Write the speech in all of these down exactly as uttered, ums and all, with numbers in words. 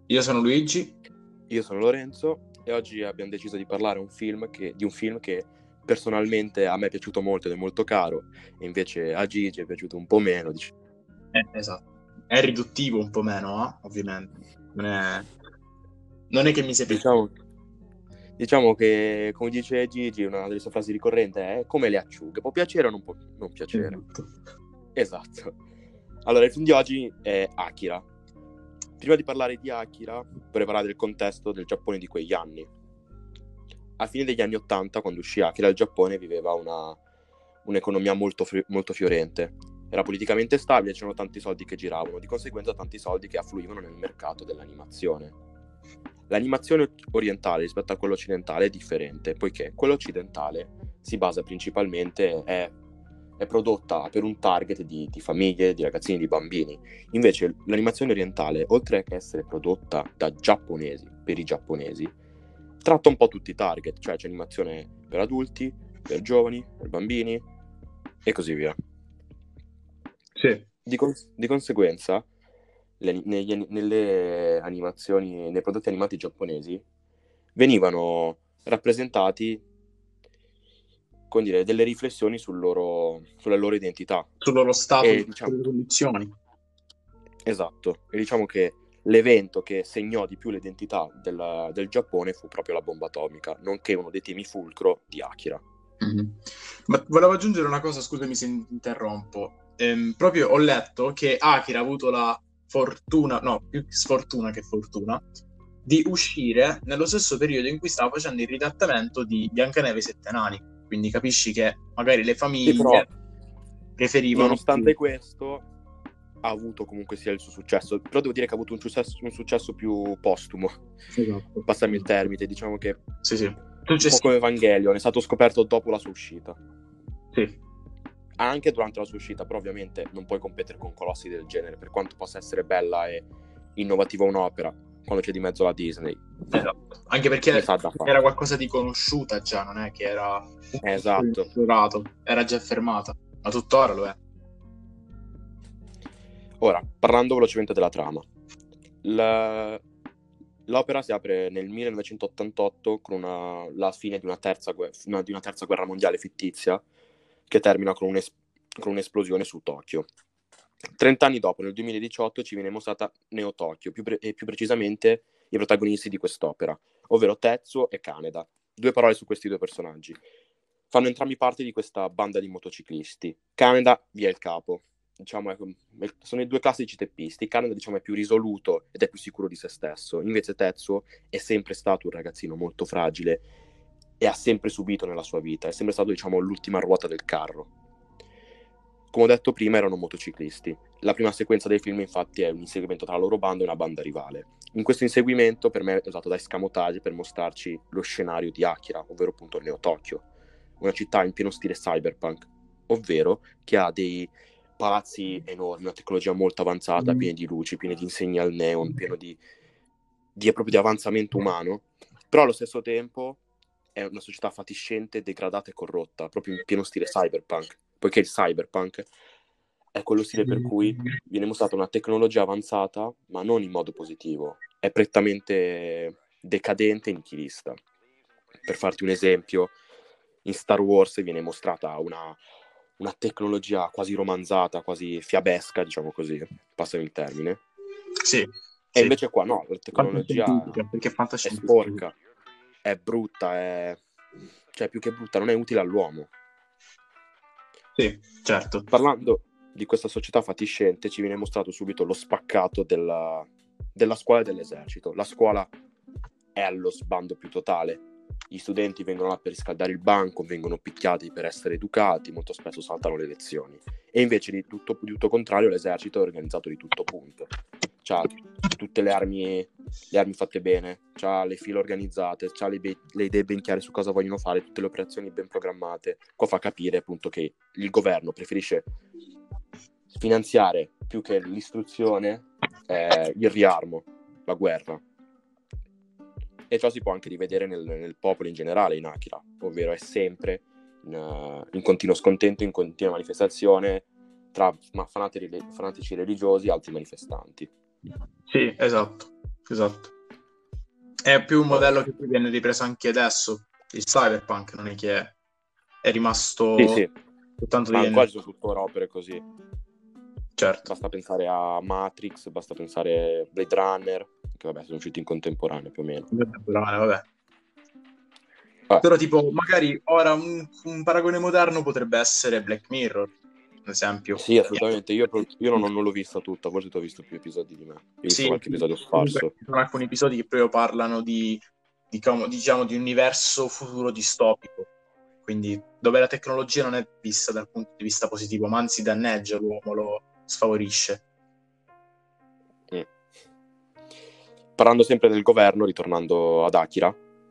Io sono Luigi. Io sono Lorenzo e oggi abbiamo deciso di parlare un film che, di un film che personalmente a me è piaciuto molto ed è molto caro, e invece a Gigi è piaciuto un po' meno. Dic- Eh, esatto. È riduttivo un po' meno, eh? Ovviamente. Non è... non è che mi sia piaciuto. Diciamo, diciamo che, come dice Gigi, una delle sue frasi ricorrenti è come le acciughe, può piacere o non può non piacere. Esatto. Esatto. Allora, il film di oggi è Akira. Prima di parlare di Akira, vorrei parlare del contesto del Giappone di quegli anni. A fine degli anni Ottanta, quando uscì Akira, il Giappone viveva una, un'economia molto, fri- molto fiorente. Era politicamente stabile, c'erano tanti soldi che giravano, di conseguenza tanti soldi che affluivano nel mercato dell'animazione. L'animazione orientale rispetto a quella occidentale è differente, poiché quella occidentale si basa principalmente, è, è prodotta per un target di, di famiglie, di ragazzini, di bambini. Invece l'animazione orientale, oltre che essere prodotta da giapponesi, per i giapponesi, tratta un po' tutti i target, cioè c'è animazione per adulti, per giovani, per bambini e così via. Sì. Di, cons- di conseguenza, le, negli, nelle animazioni, nei prodotti animati giapponesi, venivano rappresentati, come dire, delle riflessioni sul loro, sulla loro identità. Sul loro stato, E, diciamo, sulle condizioni. esatto, e diciamo che l'evento che segnò di più l'identità del, del Giappone fu proprio la bomba atomica, nonché uno dei temi fulcro di Akira. Mm-hmm. Ma volevo aggiungere una cosa, scusami se interrompo. Ehm, proprio ho letto che Akira ha avuto la fortuna, no, più sfortuna che fortuna, di uscire nello stesso periodo in cui stava facendo il ridattamento di Biancaneve e i Sette Nani. Quindi capisci che magari le Sì, però, famiglie preferivano nonostante più. questo, ha avuto comunque sia il suo successo, però devo dire che ha avuto un successo, un successo più postumo. Esatto. Passami il termine, diciamo che Sì, sì. un po' come Evangelion, è stato scoperto dopo la sua uscita. Sì. Anche durante la sua uscita, però ovviamente non puoi competere con colossi del genere, per quanto possa essere bella e innovativa un'opera, quando c'è di mezzo la Disney. Esatto. Anche perché Mi sa da fare. era qualcosa di conosciuta già, non è che era Esatto. esplorato, era già fermata, ma tuttora lo è. Ora, parlando velocemente della trama. La... L'opera si apre nel millenovecentottantotto con una... la fine di una, terza gue... una... di una terza guerra mondiale fittizia che termina con, un'es... con un'esplosione su Tokyo. Trent'anni dopo, nel duemiladiciotto, ci viene mostrata Neo Tokyo, più pre... e più precisamente i protagonisti di quest'opera, ovvero Tetsuo e Kaneda. Due parole su questi due personaggi. Fanno entrambi parte di questa banda di motociclisti. Kaneda via il capo. Diciamo, è, sono i due classici teppisti. Kaneda, diciamo, è più risoluto ed è più sicuro di se stesso. Invece Tetsuo è sempre stato un ragazzino molto fragile e ha sempre subito nella sua vita. È sempre stato, diciamo, l'ultima ruota del carro. Come ho detto prima, erano motociclisti. La prima sequenza del film, infatti, è un inseguimento tra la loro banda e una banda rivale. In questo inseguimento, per me, è usato da escamotage per mostrarci lo scenario di Akira, ovvero appunto Neo Tokyo, una città in pieno stile cyberpunk, ovvero che ha dei palazzi enormi, una tecnologia molto avanzata, pieni di luci, pieni di insegni al neon, pieno di, di proprio di avanzamento umano, però allo stesso tempo è una società fatiscente, degradata e corrotta, proprio in pieno stile cyberpunk, poiché il cyberpunk è quello stile per cui viene mostrata una tecnologia avanzata, ma non in modo positivo, è prettamente decadente e nichilista. Per farti un esempio, in Star Wars viene mostrata una, una tecnologia quasi romanzata, quasi fiabesca, diciamo così, passami il termine. Sì. E sì. invece qua no, la tecnologia perché è sporca, è brutta, è... cioè più che brutta, non è utile all'uomo. Sì, certo. Parlando di questa società fatiscente, ci viene mostrato subito lo spaccato della, della scuola e dell'esercito. La scuola è allo sbando più totale. Gli studenti vengono là per riscaldare il banco, vengono picchiati per essere educati, molto spesso saltano le lezioni. E invece di tutto, di tutto contrario, l'esercito è organizzato di tutto punto. C'ha tutte le armi, le armi fatte bene, c'ha le file organizzate, c'ha le, be- le idee ben chiare su cosa vogliono fare, tutte le operazioni ben programmate. Qua fa capire appunto che il governo preferisce finanziare più che l'istruzione eh, il riarmo, la guerra. E ciò si può anche rivedere nel, nel popolo in generale, in Akira, ovvero è sempre in, uh, in continuo scontento, in continua manifestazione tra fanatici, fanatici religiosi e altri manifestanti. Sì, esatto. esatto. È più un modello che poi viene ripreso anche adesso. Il cyberpunk non è che è, è rimasto Sì, sì. soltanto Ma degli ancora anni. ci sono tuttora opere così. Certo. Basta pensare a Matrix, basta pensare a Blade Runner, che vabbè sono usciti in contemporanea più o meno. Vabbè. Ah. Però tipo magari ora un, un paragone moderno potrebbe essere Black Mirror, ad esempio. Sì, assolutamente. Io, io non, non l'ho vista tutta, forse tu hai visto più episodi di me. Io ho visto Sì, qualche episodio sparso. ci sono alcuni episodi che proprio parlano di, diciamo, diciamo, di un universo futuro distopico, quindi dove la tecnologia non è vista dal punto di vista positivo, ma anzi danneggia l'uomo, lo sfavorisce. Mm. Parlando sempre del governo, ritornando ad Akira,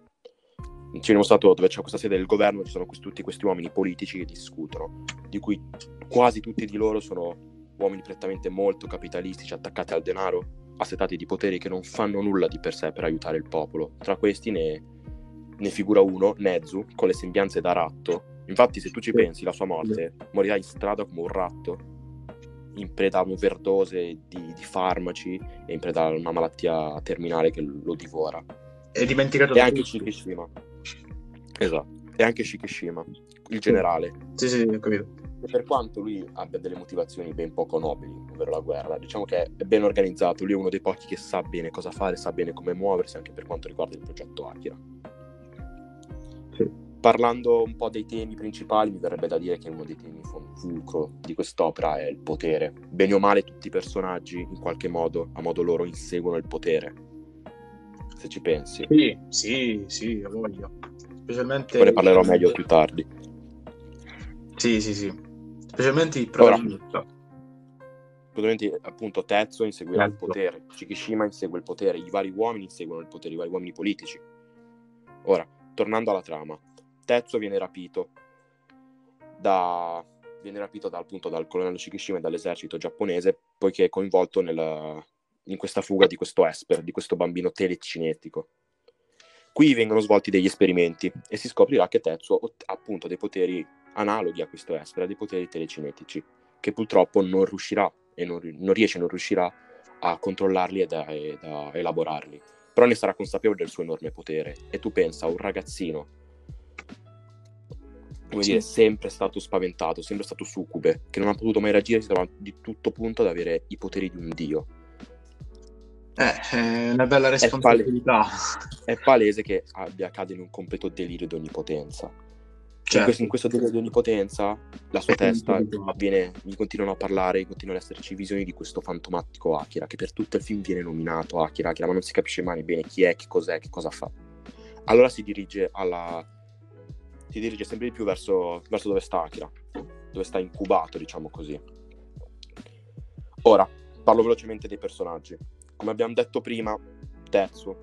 ci vediamo stato dove c'è questa sede del governo, ci sono questi, tutti questi uomini politici che discutono, di cui quasi tutti di loro sono uomini prettamente molto capitalistici, attaccati al denaro, assetati di poteri che non fanno nulla di per sé per aiutare il popolo. Tra questi ne, ne figura uno, Nezu, con le sembianze da ratto. Infatti, se tu ci pensi, la sua morte morirà in strada come un ratto, in preda a un'overdose di, di farmaci e in preda a una malattia terminale che lo divora. È dimenticato e da anche tutti. Shikishima. Esatto. E anche Shikishima, il generale. Sì, sì, ho capito. E per quanto lui abbia delle motivazioni ben poco nobili, ovvero la guerra, diciamo che è ben organizzato. Lui è uno dei pochi che sa bene cosa fare, sa bene come muoversi, anche per quanto riguarda il progetto Akira. Sì. Parlando un po' dei temi principali, mi verrebbe da dire che uno dei temi fulcro di quest'opera è il potere. Bene o male tutti i personaggi, in qualche modo, a modo loro, inseguono il potere. Se ci pensi. Sì, sì, sì, lo voglio. Specialmente... Poi ne parlerò meglio più tardi. Sì, sì, sì. Specialmente il protagonista. Probabilmente appunto Tetsuo inseguirà Tetsuo. il potere, Shikishima insegue il potere, i vari uomini inseguono il potere, i vari uomini politici. Ora, tornando alla trama, Tetsuo viene rapito da viene rapito dal, appunto, dal colonnello Shikishima e dall'esercito giapponese, poiché è coinvolto nel, in questa fuga di questo Esper, di questo bambino telecinetico. Qui vengono svolti degli esperimenti e si scoprirà che Tetsuo ha appunto dei poteri analoghi a questo Esper, dei poteri telecinetici, che purtroppo non riuscirà e non, non riesce, non riuscirà a controllarli e da, e da elaborarli. Però ne sarà consapevole del suo enorme potere. E tu pensa a un ragazzino, come Sì. dire, sempre stato spaventato, sempre stato succube, che non ha potuto mai reagire, si trova di tutto punto ad avere i poteri di un dio. Eh, è una bella responsabilità. È palese, è palese che abbia cade in un completo delirio di onnipotenza. Certo. In, questo, in questo delirio di onnipotenza, la sua testa viene, gli continuano a parlare, gli continuano ad esserci visioni di questo fantomatico Akira, che per tutto il film viene nominato Akira, Akira, ma non si capisce mai bene chi è, che cos'è, che cosa fa. Allora si dirige alla si dirige sempre di più verso, verso dove sta Akira, dove sta incubato, diciamo così. Ora, parlo velocemente dei personaggi. Come abbiamo detto prima, Tetsuo.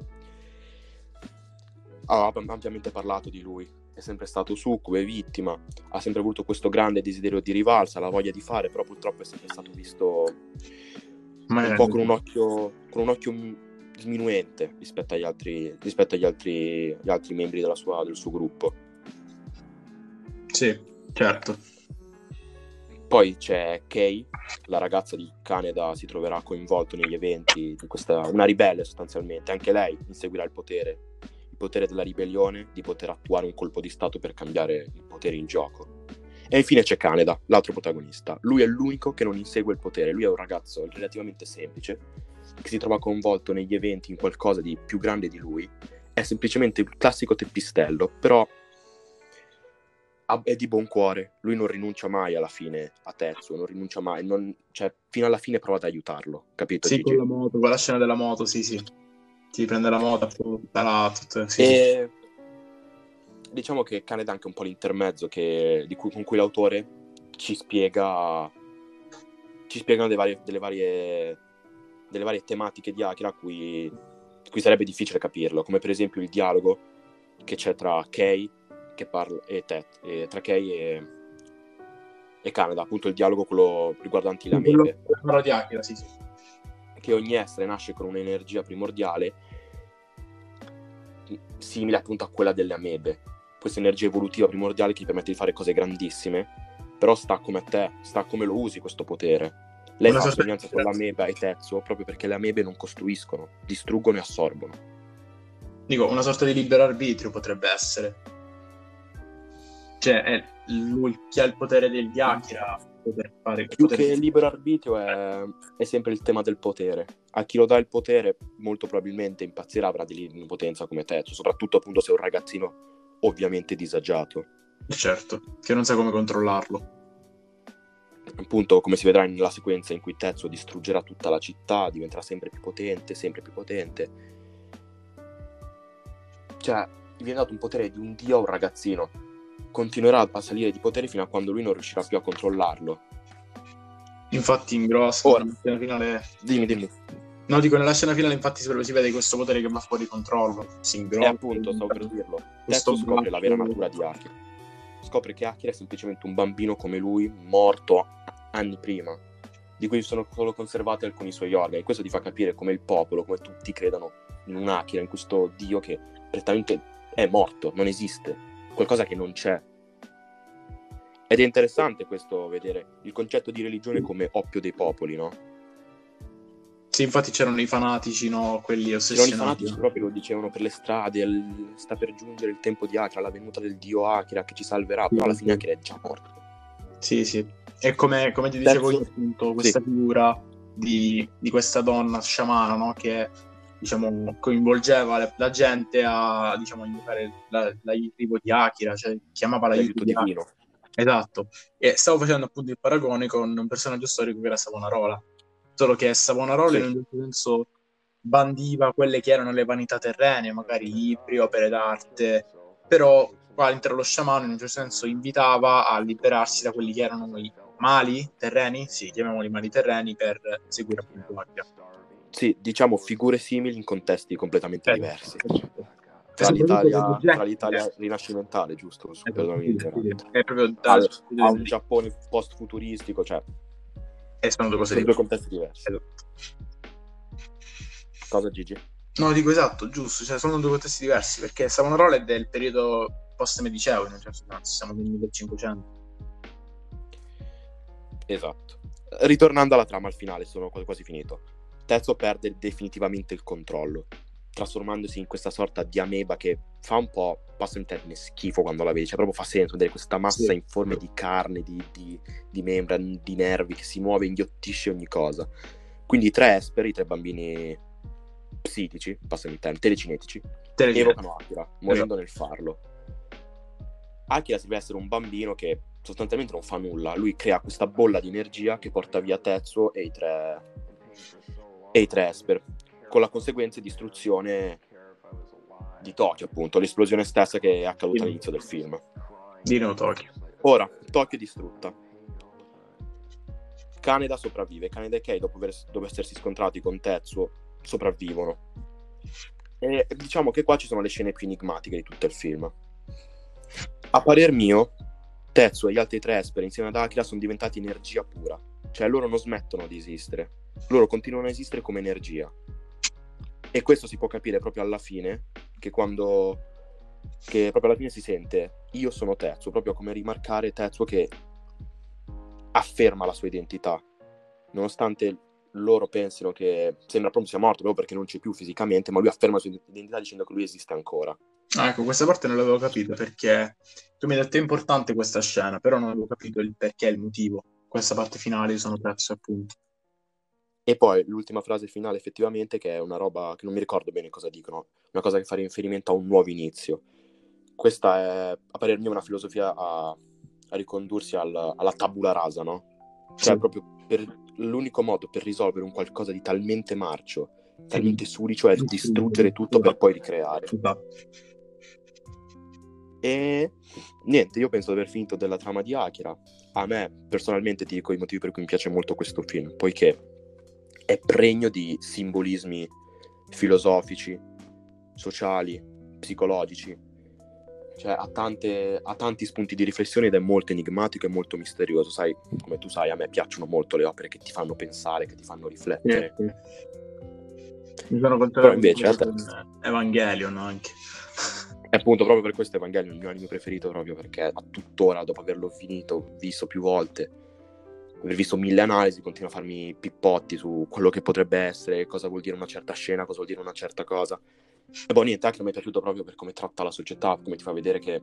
Ah, abbiamo ampiamente parlato di lui. È sempre stato succube, vittima, ha sempre avuto questo grande desiderio di rivalsa, la voglia di fare, però purtroppo è sempre stato visto Ma un po' con un occhio, con un occhio sminuente rispetto agli altri, rispetto agli altri, gli altri membri della sua, del suo gruppo. Sì, certo. Poi c'è Kei, la ragazza di Kaneda, si troverà coinvolto negli eventi di questa, una ribelle sostanzialmente, anche lei inseguirà il potere, il potere della ribellione, di poter attuare un colpo di stato per cambiare il potere in gioco. E infine c'è Kaneda, l'altro protagonista. Lui è l'unico che non insegue il potere, lui è un ragazzo relativamente semplice, che si trova coinvolto negli eventi in qualcosa di più grande di lui, è semplicemente il classico teppistello, però è di buon cuore, lui non rinuncia mai alla fine a Tetsuo, non rinuncia mai, non, cioè fino alla fine prova ad aiutarlo, capito? Sì, Gigi? con la moto, con la scena della moto, sì, sì. Ti prende la moto, là, tutto, sì, e sì. Diciamo che Kaneda è anche un po' l'intermezzo che, di cui, con cui l'autore ci spiega ci spiegano delle varie, delle varie, delle varie tematiche di Akira a cui, cui sarebbe difficile capirlo, come per esempio il dialogo che c'è tra Kei che parla e Tet, e tra Kei e, e Kaneda, appunto il dialogo quello riguardante le amebe. Quello di Akira, sì, sì. Che ogni essere nasce con un'energia primordiale simile appunto a quella delle amebe, questa energia evolutiva primordiale che ti permette di fare cose grandissime, però sta come a te, sta come lo usi questo potere. Lei Una fa sorta di somiglianza con l'ameba e Tetsuo proprio perché le amebe non costruiscono, distruggono e assorbono. Dico, una sorta di libero arbitrio potrebbe essere. Cioè, è lui chi ha il potere degli Akira poter fare il Più potere che di... libero arbitrio è, è sempre il tema del potere. A chi lo dà il potere molto probabilmente impazzirà, avrà di potenza come Tetsuo, soprattutto appunto se è un ragazzino ovviamente disagiato. Certo, che non sa come controllarlo. Appunto, come si vedrà nella sequenza in cui Tetsuo distruggerà tutta la città, diventerà sempre più potente, sempre più potente. Cioè, gli viene dato un potere di un dio a un ragazzino. Continuerà a salire di potere fino a quando lui non riuscirà più a controllarlo. Infatti in grosso, Ora, nella scena finale... Dimmi, dimmi. No, dico, nella scena finale infatti si vede questo potere che va fuori controllo. Si E ingrossa, appunto, stavo per dirlo. questo Tetsuo scopre la vera braccio- natura di Akira. Scopre che Akira è semplicemente un bambino come lui, morto anni prima, di cui sono solo conservati alcuni suoi organi. Questo ti fa capire come il popolo, come tutti credano in un Akira, in questo dio che prettamente è morto, non esiste, qualcosa che non c'è. Ed è interessante questo, vedere il concetto di religione come oppio dei popoli, no? Sì, infatti c'erano i fanatici, no? Quelli C'erano i ossessionati. fanatici proprio, lo dicevano per le strade, il- sta per giungere il tempo di Akira, la venuta del dio Akira che ci salverà, però alla fine Akira è già morto. Sì, sì. E come, come ti dicevo Terzo- io, appunto, questa sì. figura di, di questa donna sciamana, no? Che, diciamo, coinvolgeva le- la gente a, diciamo, invocare la- l'aiuto di Akira, cioè chiamava l'aiuto L'aiuto di Akira. divino. Esatto. E stavo facendo appunto il paragone con un personaggio storico che era Savonarola. Solo che Savonarola Sì. in un certo senso bandiva quelle che erano le vanità terrene, magari libri, opere d'arte, però qua all'interno lo sciamano in un certo senso invitava a liberarsi da quelli che erano i mali terreni, sì, chiamiamoli mali terreni, per seguire appunto Akira. Sì, diciamo figure simili in contesti completamente Eh, diversi. esatto. E Tra soprattutto l'Italia, con oggetti, tra l'Italia eh. rinascimentale, giusto? Su- Esatto, perdonami sì, l'ignoranza. sì. È proprio da Al- a un Giappone post-futuristico, cioè e sono due cose sono due diverse. contesti diversi. Esatto. Cosa, Gigi? No, dico esatto, giusto, cioè sono due contesti diversi, perché Savonarola è del periodo post-mediceo, in un certo senso, siamo nel millecinquecento. Esatto. Ritornando alla trama al finale, sono quasi, quasi finito. Tetsuo perde definitivamente il controllo, trasformandosi in questa sorta di ameba che fa un po', passo in termine, schifo quando la vedi, cioè proprio fa senso vedere questa massa Sì. in forma di carne, di, di, di membra, di nervi che si muove, inghiottisce ogni cosa. Quindi i tre Esper, i tre bambini psichici, passano in termini, telecinetici, Telecinesi. evocano Akira, morendo Esatto. nel farlo. Akira si deve essere un bambino che sostanzialmente non fa nulla, lui crea questa bolla di energia che porta via Tetsuo e i tre e i tre Esper, con la conseguenza di distruzione di Tokyo, appunto, l'esplosione stessa che è accaduta Sì. all'inizio del film. Di Neo Tokyo. Ora, Tokyo è distrutta. Kaneda sopravvive, Kaneda e Kei dopo, aver, dopo essersi scontrati con Tetsuo sopravvivono. E diciamo che qua ci sono le scene più enigmatiche di tutto il film. A parer mio, Tetsuo e gli altri tre Esper insieme ad Akira sono diventati energia pura, cioè loro non smettono di esistere, loro continuano a esistere come energia. E questo si può capire proprio alla fine, che quando che proprio alla fine si sente io sono Tetsuo, proprio come rimarcare Tetsuo che afferma la sua identità, nonostante loro pensino che sembra proprio sia morto proprio perché non c'è più fisicamente, ma lui afferma la sua identità dicendo che lui esiste ancora. Ah, ecco, questa parte non l'avevo capito perché tu mi hai detto è importante questa scena, però non avevo capito il perché, il motivo. Questa parte finale io sono perso appunto. E poi l'ultima frase finale effettivamente, che è una roba che non mi ricordo bene cosa dicono, una cosa che fa riferimento a un nuovo inizio. Questa è, a parer mio, una filosofia a, a ricondursi al, alla tabula rasa, no? Cioè Sì. proprio per, l'unico modo per risolvere un qualcosa di talmente marcio, talmente sudicio, è distruggere tutto per poi ricreare. E niente, io penso di aver finito della trama di Akira. A me personalmente ti dico i motivi per cui mi piace molto questo film, poiché è pregno di simbolismi filosofici, sociali, psicologici, cioè ha, tante, ha tanti spunti di riflessione ed è molto enigmatico e molto misterioso. Sai, come tu sai, a me piacciono molto le opere che ti fanno pensare, che ti fanno riflettere. Sì, sì. Mi sono Però invece a te... con Evangelion anche. E appunto proprio per questo Evangelion è il mio anime preferito, proprio perché a tuttora, dopo averlo finito, visto più volte, aver visto mille analisi, continuo a farmi pippotti su quello che potrebbe essere, cosa vuol dire una certa scena, cosa vuol dire una certa cosa. E boh, niente, anche a me è piaciuto proprio per come tratta la società, come ti fa vedere che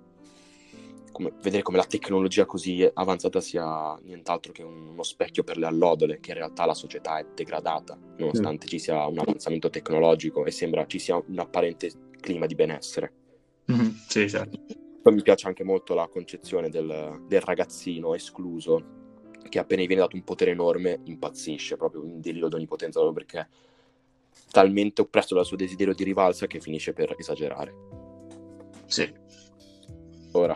come, vedere come la tecnologia così avanzata sia nient'altro che uno specchio per le allodole, che in realtà la società è degradata, nonostante mm. ci sia un avanzamento tecnologico e sembra ci sia un apparente clima di benessere. Mm-hmm. Sì, certo. Poi mi piace anche molto la concezione del, del ragazzino escluso, che appena gli viene dato un potere enorme impazzisce, proprio in delirio di onnipotenza, proprio perché talmente oppresso dal suo desiderio di rivalsa che finisce per esagerare. Sì. Ora,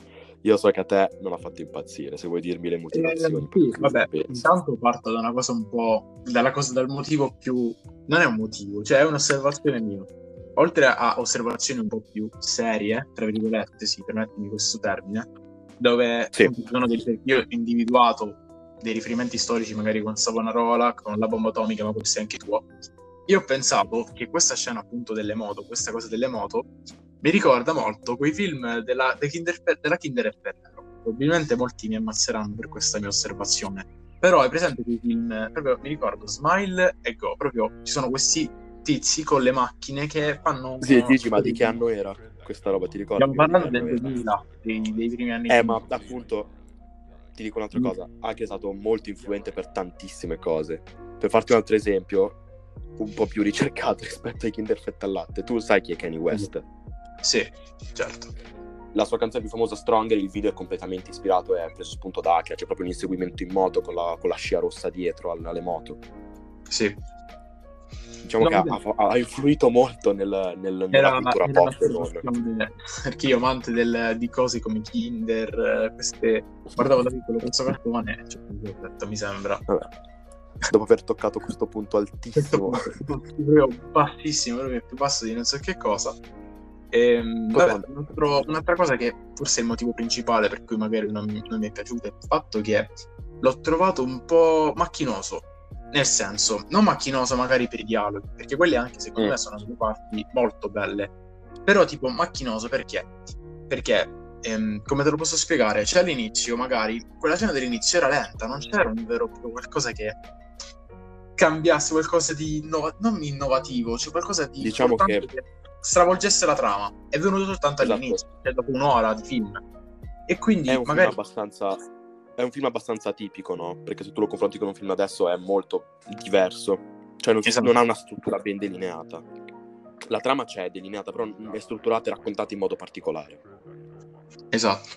io so che a te non ha fatto impazzire, se vuoi dirmi le motivazioni. Eh, sì, vabbè, intanto parto da una cosa un po', dalla cosa, dal motivo più, non è un motivo, cioè è un'osservazione mia. Oltre a osservazioni un po' più serie, tra virgolette, sì, permettimi questo termine, dove sì. sono dei, io ho individuato dei riferimenti storici magari con Savonarola, con la bomba atomica, ma questo è anche tuo. Io pensavo che questa scena appunto delle moto, questa cosa delle moto, mi ricorda molto quei film della, de Kinder, della Kinder e Ferrero. Probabilmente molti mi ammazzeranno per questa mia osservazione, però è presente quei film, proprio mi ricordo Smile e Go, proprio ci sono questi tizi con le macchine che fanno... Sì, dici, ma di che anno era questa roba, ti ricordi? Stiamo parlando del duemila, dei, dei primi anni. Eh, ma appunto, ti dico un'altra cosa, anche è stato molto influente per tantissime cose. Per farti un altro esempio, un po' più ricercato rispetto ai Kinder Fette al latte, tu sai chi è Kanye West? Sì, certo. La sua canzone più famosa, Stronger, il video è completamente ispirato, è preso spunto da Acria, c'è proprio un inseguimento in moto con la, con la scia rossa dietro alle moto. Sì. Diciamo no, che ha, ha influito molto nel, nel, nella cultura era pop. Non. Perché io amante del, di cose come Kinder, queste... guardavo da piccolo questo cartone, cioè, detto, mi sembra. Vabbè. Dopo aver toccato questo punto altissimo. Proprio bassissimo, proprio più basso di non so che cosa. E, vabbè, un altro, un'altra cosa che forse è il motivo principale per cui magari non mi, non mi è piaciuto è il fatto che l'ho trovato un po' macchinoso. Nel senso, non macchinoso magari per i dialoghi, perché quelli anche secondo mm. me sono delle parti molto belle, però tipo macchinoso perché? Perché, ehm, come te lo posso spiegare, c'è all'inizio magari, quella scena dell'inizio era lenta, non c'era un vero proprio qualcosa che cambiasse, qualcosa di innova- non innovativo, cioè qualcosa di diciamo che... che stravolgesse la trama. È venuto soltanto esatto. all'inizio, cioè dopo un'ora di film. E quindi è un magari... film abbastanza... È un film abbastanza tipico, no? Perché se tu lo confronti con un film adesso è molto diverso. Cioè non, esatto. non ha una struttura ben delineata. La trama c'è delineata, però è strutturata e raccontata in modo particolare. Esatto.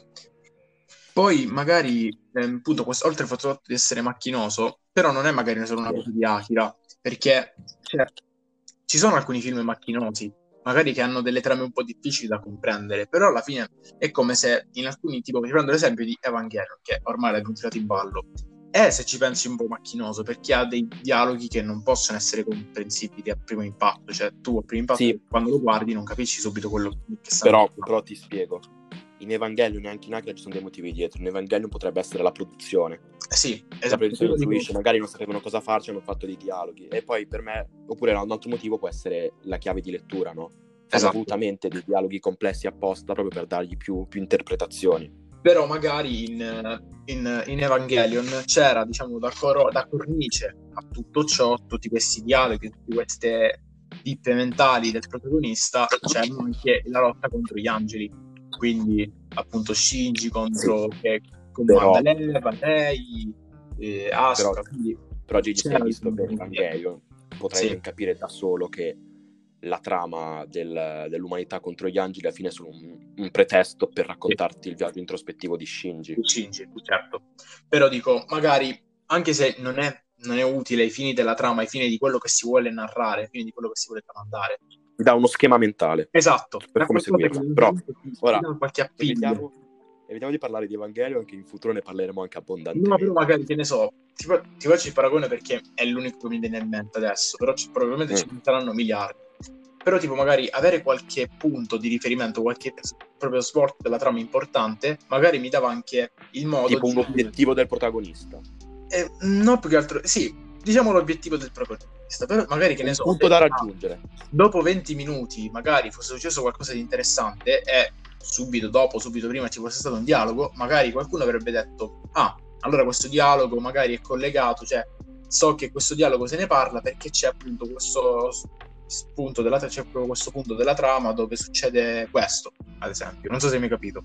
Poi magari, ehm, appunto, questo, oltre al fatto di essere macchinoso, però non è magari solo una cosa di Akira, perché cioè, ci sono alcuni film macchinosi, magari che hanno delle trame un po' difficili da comprendere, però alla fine è come se in alcuni, tipo, vi prendo l'esempio di Evangelion, che ormai l'abbiamo tirato in ballo, è, se ci pensi, un po' macchinoso, perché ha dei dialoghi che non possono essere comprensibili a primo impatto, cioè tu a primo impatto, sì. quando lo guardi non capisci subito quello che sta però, però ti spiego, in Evangelion e anche in Akira ci sono dei motivi dietro. In Evangelion potrebbe essere la produzione. Eh sì, esatto. La produzione influisce, magari non sapevano cosa farci, hanno fatto dei dialoghi. E poi per me, oppure un altro motivo può essere la chiave di lettura, no? Fanno esatto. volutamente dei dialoghi complessi apposta proprio per dargli più, più interpretazioni. Però magari in, in, in Evangelion c'era, diciamo, da, coro- da cornice a tutto ciò, tutti questi dialoghi, tutte queste dippe mentali del protagonista, c'è anche la lotta contro gli angeli. Quindi appunto Shinji contro sì. che comanda però, l'Eva, lei, eh, Asuka. Però, quindi però Gigi, se hai visto per Evangelion, potrai sì. ben capire da solo che la trama del, dell'umanità contro gli angeli alla fine è solo un, un pretesto per raccontarti sì. il viaggio introspettivo di Shinji. Shinji, certo. Però dico, magari, anche se non è, non è utile ai fini della trama, ai fini di quello che si vuole narrare, ai fini di quello che si vuole tramandare, da uno schema mentale esatto per come seguirlo. Però ora qualche evitiamo, evitiamo di parlare di Evangelion, che in futuro ne parleremo anche abbondantemente. No, però magari, che ne so, ti, ti faccio il paragone perché è l'unico che mi viene in mente adesso, però c- probabilmente mm. ce ne saranno miliardi. Però tipo magari avere qualche punto di riferimento, qualche proprio svolta della trama importante, magari mi dava anche il modo tipo di... un obiettivo del protagonista. Eh, no, più che altro, sì, diciamo l'obiettivo del protagonista, però magari che un ne so, punto da raggiungere. Dopo venti minuti magari fosse successo qualcosa di interessante e subito dopo, subito prima ci fosse stato un dialogo, magari qualcuno avrebbe detto: ah, allora questo dialogo magari è collegato, cioè so che questo dialogo se ne parla perché c'è appunto questo punto della, c'è proprio questo punto della trama dove succede questo, ad esempio. Non so se mi hai capito.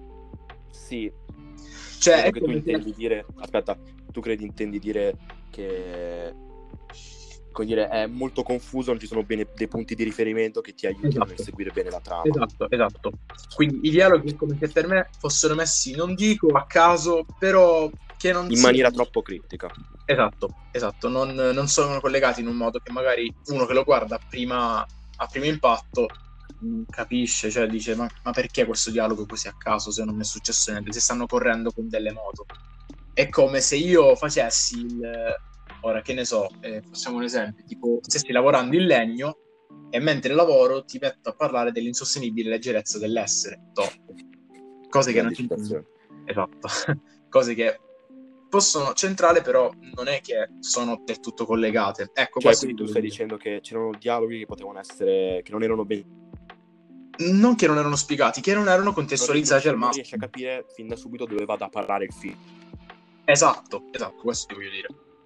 Sì, Cioè, credo è che tu come se- intendi dire, aspetta, tu credi intendi dire che, come dire, è molto confuso, non ci sono bene dei punti di riferimento che ti aiutino nel Esatto, seguire bene la trama. esatto, esatto. Quindi i dialoghi è come se per me fossero messi, non dico a caso, però che non In siano... maniera troppo critica. Esatto, esatto, non, non sono collegati in un modo che magari uno che lo guarda a prima, a primo impatto mh, capisce, cioè dice ma, ma perché questo dialogo così a caso se non è successo niente, se stanno correndo con delle moto. È come se io facessi il... Ora, che ne so, eh, facciamo un esempio, tipo stessi lavorando in legno e mentre lavoro ti metto a parlare dell'insostenibile leggerezza dell'essere. Top. Cose che non Grandi c'entrano. citazioni. Esatto. Cose che possono centrare, però non è che sono del tutto collegate. Ecco, Cioè, questo quindi ti tu voglio stai dire. dicendo che c'erano dialoghi che potevano essere, che non erano ben... Non che non erano spiegati, che non erano Non, ri- non contestualizzati riesci, al non riesci a massimo. capire fin da subito dove vada a parlare il film. Esatto, esatto, questo ti voglio dire.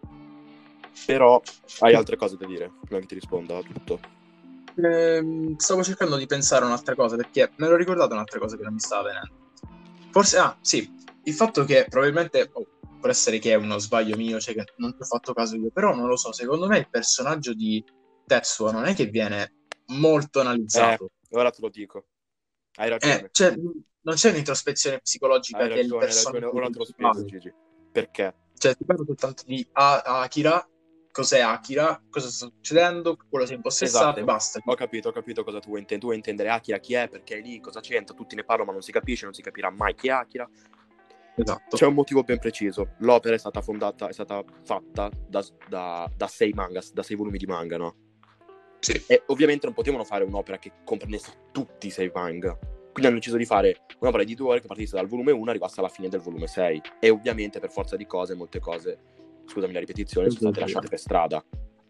Però hai altre cose da dire, prima che ti risponda a tutto. Ehm, stavo cercando di pensare a un'altra cosa perché me l'ho ricordato un'altra cosa che non mi stava venendo. Forse, ah, sì, il fatto che probabilmente oh, può essere che è uno sbaglio mio, cioè che non ci ho fatto caso io, però non lo so, secondo me il personaggio di Tetsuo non è che viene molto Eh, analizzato. ora te lo dico. Hai Eh, ragione. cioè, non c'è un'introspezione psicologica Hai del ragione, hai ragione. personaggio Ora te lo spiego, principale. Gigi. Perché? Cioè, ti parlo soltanto di A- Akira, cos'è Akira, cosa sta succedendo, quello si è impossessato e Esatto. basta. Ho capito, ho capito cosa tu vuoi intendere. Tu vuoi intendere Akira chi è, perché è lì, cosa c'entra, tutti ne parlano ma non si capisce, non si capirà mai chi è Akira. Esatto. C'è un motivo ben preciso. L'opera è stata fondata, è stata fatta da, da, da sei manga, da sei volumi di manga, no? Sì. E ovviamente non potevano fare un'opera che comprendesse tutti i sei manga. Quindi hanno deciso di fare un'opera di due ore che partisse dal volume uno e arrivasse alla fine del volume sei. E ovviamente per forza di cose, molte cose, scusami la ripetizione, sono state lasciate per strada.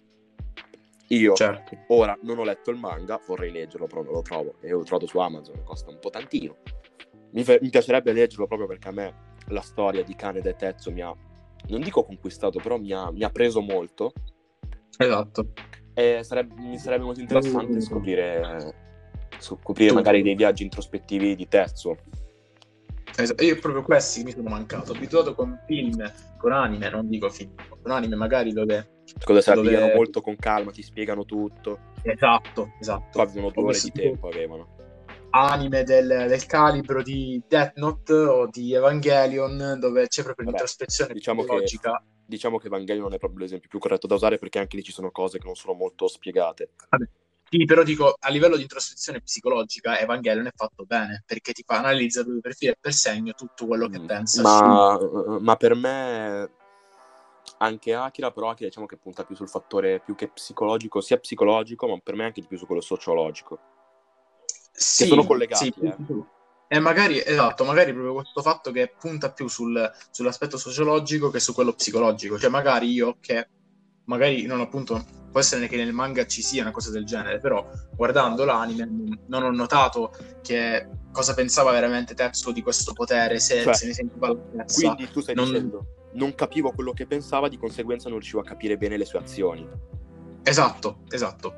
Io Certo. ora non ho letto il manga, vorrei leggerlo, però non lo trovo. E l'ho trovato su Amazon, costa un po' tantino. Mi, fe- mi piacerebbe leggerlo proprio perché a me la storia di Kaneda e Tetsuo mi ha, non dico conquistato, però mi ha, mi ha preso molto. Esatto. E sarebbe, mi sarebbe molto interessante scoprire, scoprire Tutto. magari dei viaggi introspettivi di Tetsuo. Esatto. Io proprio questi mi sono mancato. Ho abituato con film, con anime, non dico film, con anime magari dove... Cosa si avviano dove... molto con calma, ti spiegano tutto. Esatto, esatto. Qua avevano due Ho ore di visto tempo, avevano. anime del, del calibro di Death Note o di Evangelion dove c'è proprio Vabbè, l'introspezione diciamo che, psicologica. diciamo che Evangelion non è proprio l'esempio più corretto da usare perché anche lì ci sono cose che non sono molto spiegate. Vabbè. Sì, però dico, a livello di introspezione psicologica Evangelion è fatto bene perché ti fa analizza proprio per filo e per segno tutto quello che Mm, pensa Shin. Ma, ma per me anche Akira, però Akira diciamo che punta più sul fattore più che psicologico, sia psicologico, ma per me anche di più su quello sociologico. Che sono Sì, collegati, sì. eh. E magari, esatto, magari proprio questo fatto che punta più sul, sull'aspetto sociologico che su quello psicologico. Cioè, magari io che, magari non appunto, può essere che nel manga ci sia una cosa del genere, però guardando l'anime non ho notato che cosa pensava veramente Tetsuo di questo potere, se, Cioè, se ne sentiva l'altezza. quindi tu stai Non... dicendo, non capivo quello che pensava, di conseguenza non riuscivo a capire bene le sue azioni. Esatto, esatto.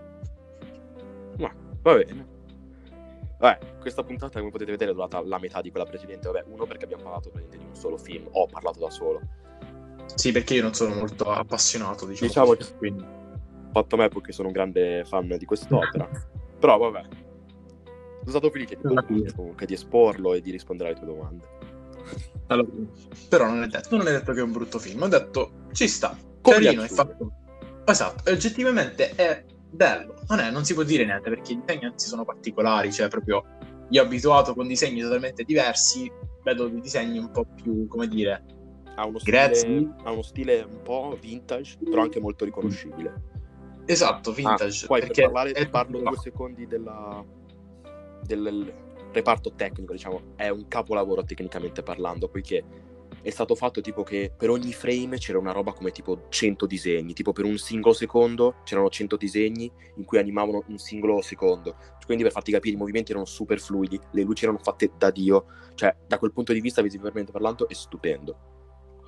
Ma va bene. Vabbè, questa puntata, come potete vedere, è durata la metà di quella precedente. Vabbè, uno perché abbiamo parlato praticamente di un solo film, ho parlato da solo. Sì, perché io non sono molto appassionato, diciamo, Diciamo così, che quindi... fatto me perché sono un grande fan di quest'opera. Però vabbè, sono stato felice di, comunque di esporlo e di rispondere alle tue domande. Allora, però non è detto, non è detto che è un brutto film, ho detto ci sta, Come carino, è piaciuto. fatto. Esatto, oggettivamente è bello, non, è, non si può dire niente perché i disegni anzi sono particolari, cioè proprio io abituato con disegni totalmente diversi, vedo dei disegni un po' più, come dire, Ha uno grezzi. stile, ha uno stile un po' vintage, però anche molto riconoscibile. Esatto, vintage. Ah, poi perché per parlare, è parlo due secondi della, del reparto tecnico, diciamo, è un capolavoro tecnicamente parlando, poiché è stato fatto tipo che per ogni frame c'era una roba come tipo cento disegni, tipo per un singolo secondo c'erano cento disegni in cui animavano un singolo secondo, quindi per farti capire i movimenti erano super fluidi, le luci erano fatte da Dio, cioè da quel punto di vista visivamente parlando è stupendo.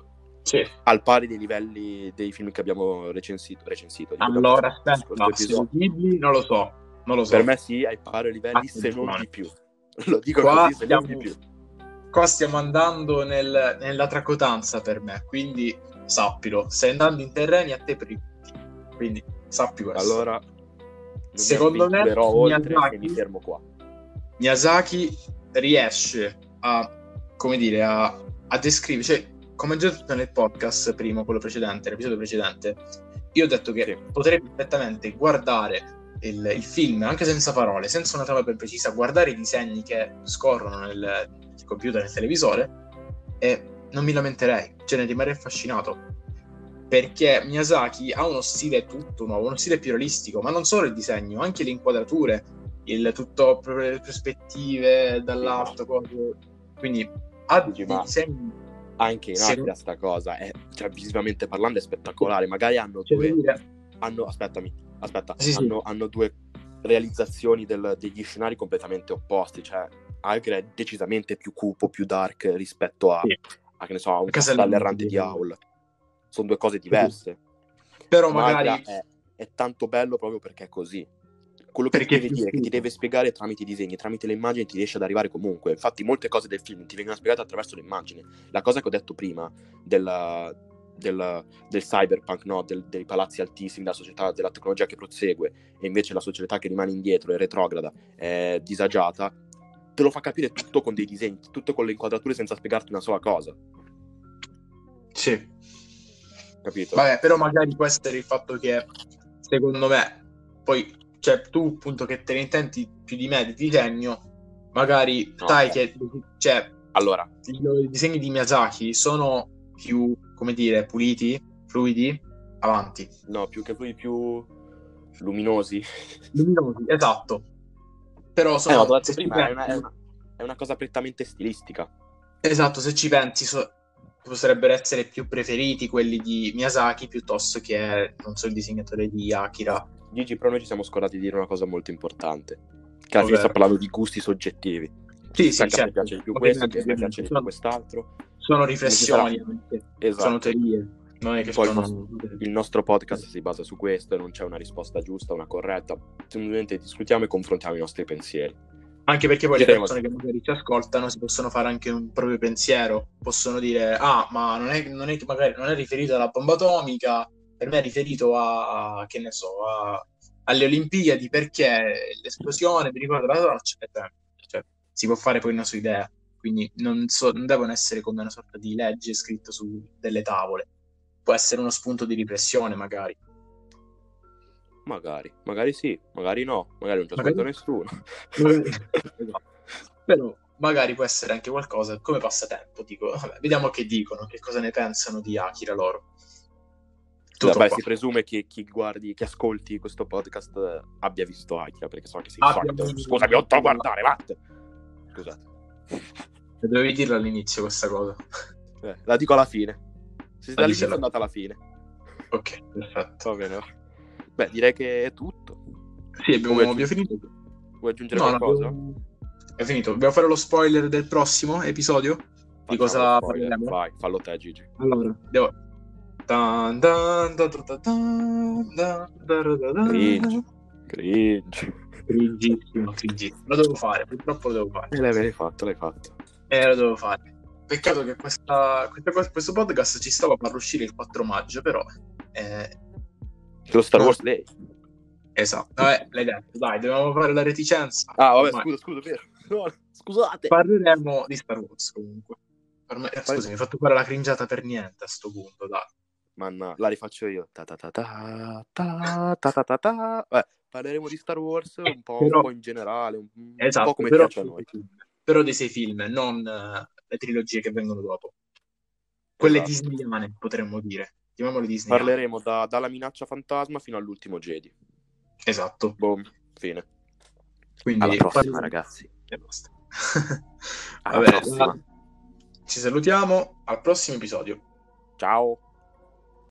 Sì. al pari dei livelli dei film che abbiamo recensito. recensito dico, Allora, questo, aspetta, questo episodio. Ghibli non lo so, non lo so. Per me sì, ai pari livelli, se non di più. Lo dico qua così, se stiamo, non di più. Qua stiamo andando nel, nella tracotanza per me, quindi sappilo, stai andando in terreni a te per i quindi sappi questo. Allora, non secondo mi me oltre Miyazaki, e mi fermo qua. Miyazaki riesce a, come dire, a, a descrivere, cioè, come già detto nel podcast prima, quello precedente, l'episodio precedente, io ho detto che Sì. potrei perfettamente guardare il, il film anche senza parole, senza una trama ben precisa, guardare i disegni che scorrono nel, nel computer, nel televisore, e non mi lamenterei, cioè ne rimarrei affascinato, perché Miyazaki ha uno stile tutto nuovo, uno stile più realistico, ma non solo il disegno, anche le inquadrature, il tutto, le prospettive dall'alto, cose. Quindi ha Dici, dei ma disegni anche in se- Asia sta cosa è, cioè, visivamente parlando è spettacolare. Magari hanno cioè, due devo dire, hanno aspettami aspetta sì, sì. hanno, hanno due realizzazioni del- degli scenari completamente opposti. Cioè Algra è decisamente più cupo, più dark rispetto a, Sì. a che ne so, a un Castello castello errante di Errante. Howl. Sono due cose diverse. Però Ma magari Algra è, è tanto bello proprio perché è così. Quello che ti perché deve dire, che ti deve spiegare tramite i disegni, tramite le immagini, ti riesce ad arrivare comunque. Infatti molte cose del film ti vengono spiegate attraverso le immagini. La cosa che ho detto prima della, del, del cyberpunk, no? Del, dei palazzi altissimi, della società, della tecnologia che prosegue, e invece la società che rimane indietro, è retrograda, è disagiata, te lo fa capire tutto con dei disegni, tutto con le inquadrature, senza spiegarti una sola cosa. sì. Capito? Vabbè, però magari può essere il fatto che, secondo me, poi, cioè, tu appunto che te ne intenti più di me di disegno, magari No, sai eh. che, cioè, Allora, i disegni di Miyazaki sono più, come dire, puliti, fluidi, avanti. no, più che più, più luminosi. Luminosi, esatto. Però Eh, sono, ma t'ho detto se ci prima, è una, è, pensi, una, è una cosa prettamente stilistica. esatto, se ci pensi, so- potrebbero essere più preferiti quelli di Miyazaki piuttosto che, non so, il disegnatore di Akira. Gigi, però noi ci siamo scordati di dire una cosa molto importante, che alla fine Ovvero. sta parlando di gusti soggettivi. Sì, Ci sì, sta che a me certo. piace di più questo, Ovviamente, che a me ovviamente. piace di più Sono, quest'altro. sono Quindi ci riflessioni, sarà- anche. Esatto. Sono teorie, non è che Poi sono... il nostro podcast si basa su questo e non c'è una risposta giusta, una corretta. Semplicemente discutiamo e confrontiamo i nostri pensieri. Anche perché poi le Diremo- persone che magari ci ascoltano si possono fare anche un proprio pensiero, possono dire, ah, ma non è, non è che magari non è riferito alla bomba atomica, per me è riferito a, a- che ne so, a- alle Olimpiadi, perché l'esplosione, mi ricordo la torcia, eccetera. Cioè, si può fare poi una sua idea, quindi non, so- non devono essere come una sorta di legge scritta su delle tavole, può essere uno spunto di riflessione magari. Magari, magari sì, magari no, magari non ci ascolta Magari- nessuno. Magari- esatto. Però magari può essere anche qualcosa come passatempo, dico, vabbè, vediamo che dicono, che cosa ne pensano di Akira loro. Tutto Beh, qua. si presume che chi guardi, chi ascolti questo podcast eh, abbia visto Akira, perché so che sei Abbia solito. un- Scusami, ho a guardare, vatte. Scusate. Dovevi dirlo all'inizio questa cosa. Eh, la dico alla fine. Se La dici dall'inizio è alla- andata alla fine. Ok, perfetto. Va bene. va. Beh, direi che è tutto. Sì, abbiamo, Vuoi abbiamo aggiung- finito. Vuoi aggiungere No, no, qualcosa? abbiamo... È finito. Dobbiamo fare lo spoiler del prossimo episodio? Di Facciamo cosa lo spoiler. parleremo? Vai, fallo te, Gigi. Allora, devo... Tan, tan, tan, tan, tan, tan, tan, tan, tan. Cringe. Cringe. Cringissimo, cringissimo. Lo devo fare, purtroppo lo devo fare. E l'hai fatto, l'hai fatto. Eh, lo devo fare. Peccato che questa, questa cosa- questo podcast ci stava per uscire il quattro maggio, però... Eh, Lo Star No. Wars Day. esatto. Vabbè, l'hai detto. Dai, dobbiamo fare la reticenza. Ah, vabbè, Ormai scusa, scusa, vero. No, scusate. parleremo di Star Wars comunque. Ormai, eh, scusa, mi hai fatto fare la cringiata per niente a sto punto, dai. Manna, la rifaccio io. Ta ta ta ta ta ta ta ta ta. Beh, parleremo di Star Wars un po', Però- un po' in generale, un, un Esatto, po' come però, piace a noi. però dei sei film, non eh, le trilogie che vengono dopo. Quelle Esatto. disneyane, potremmo dire. Chiamiamole disneyane. Parleremo da- dalla minaccia fantasma fino all'ultimo Jedi. Esatto. Boom, fine. Quindi, Alla prossima, parliamo- ragazzi. E basta. Alla Vabbè, prossima. ci salutiamo al prossimo episodio. Ciao.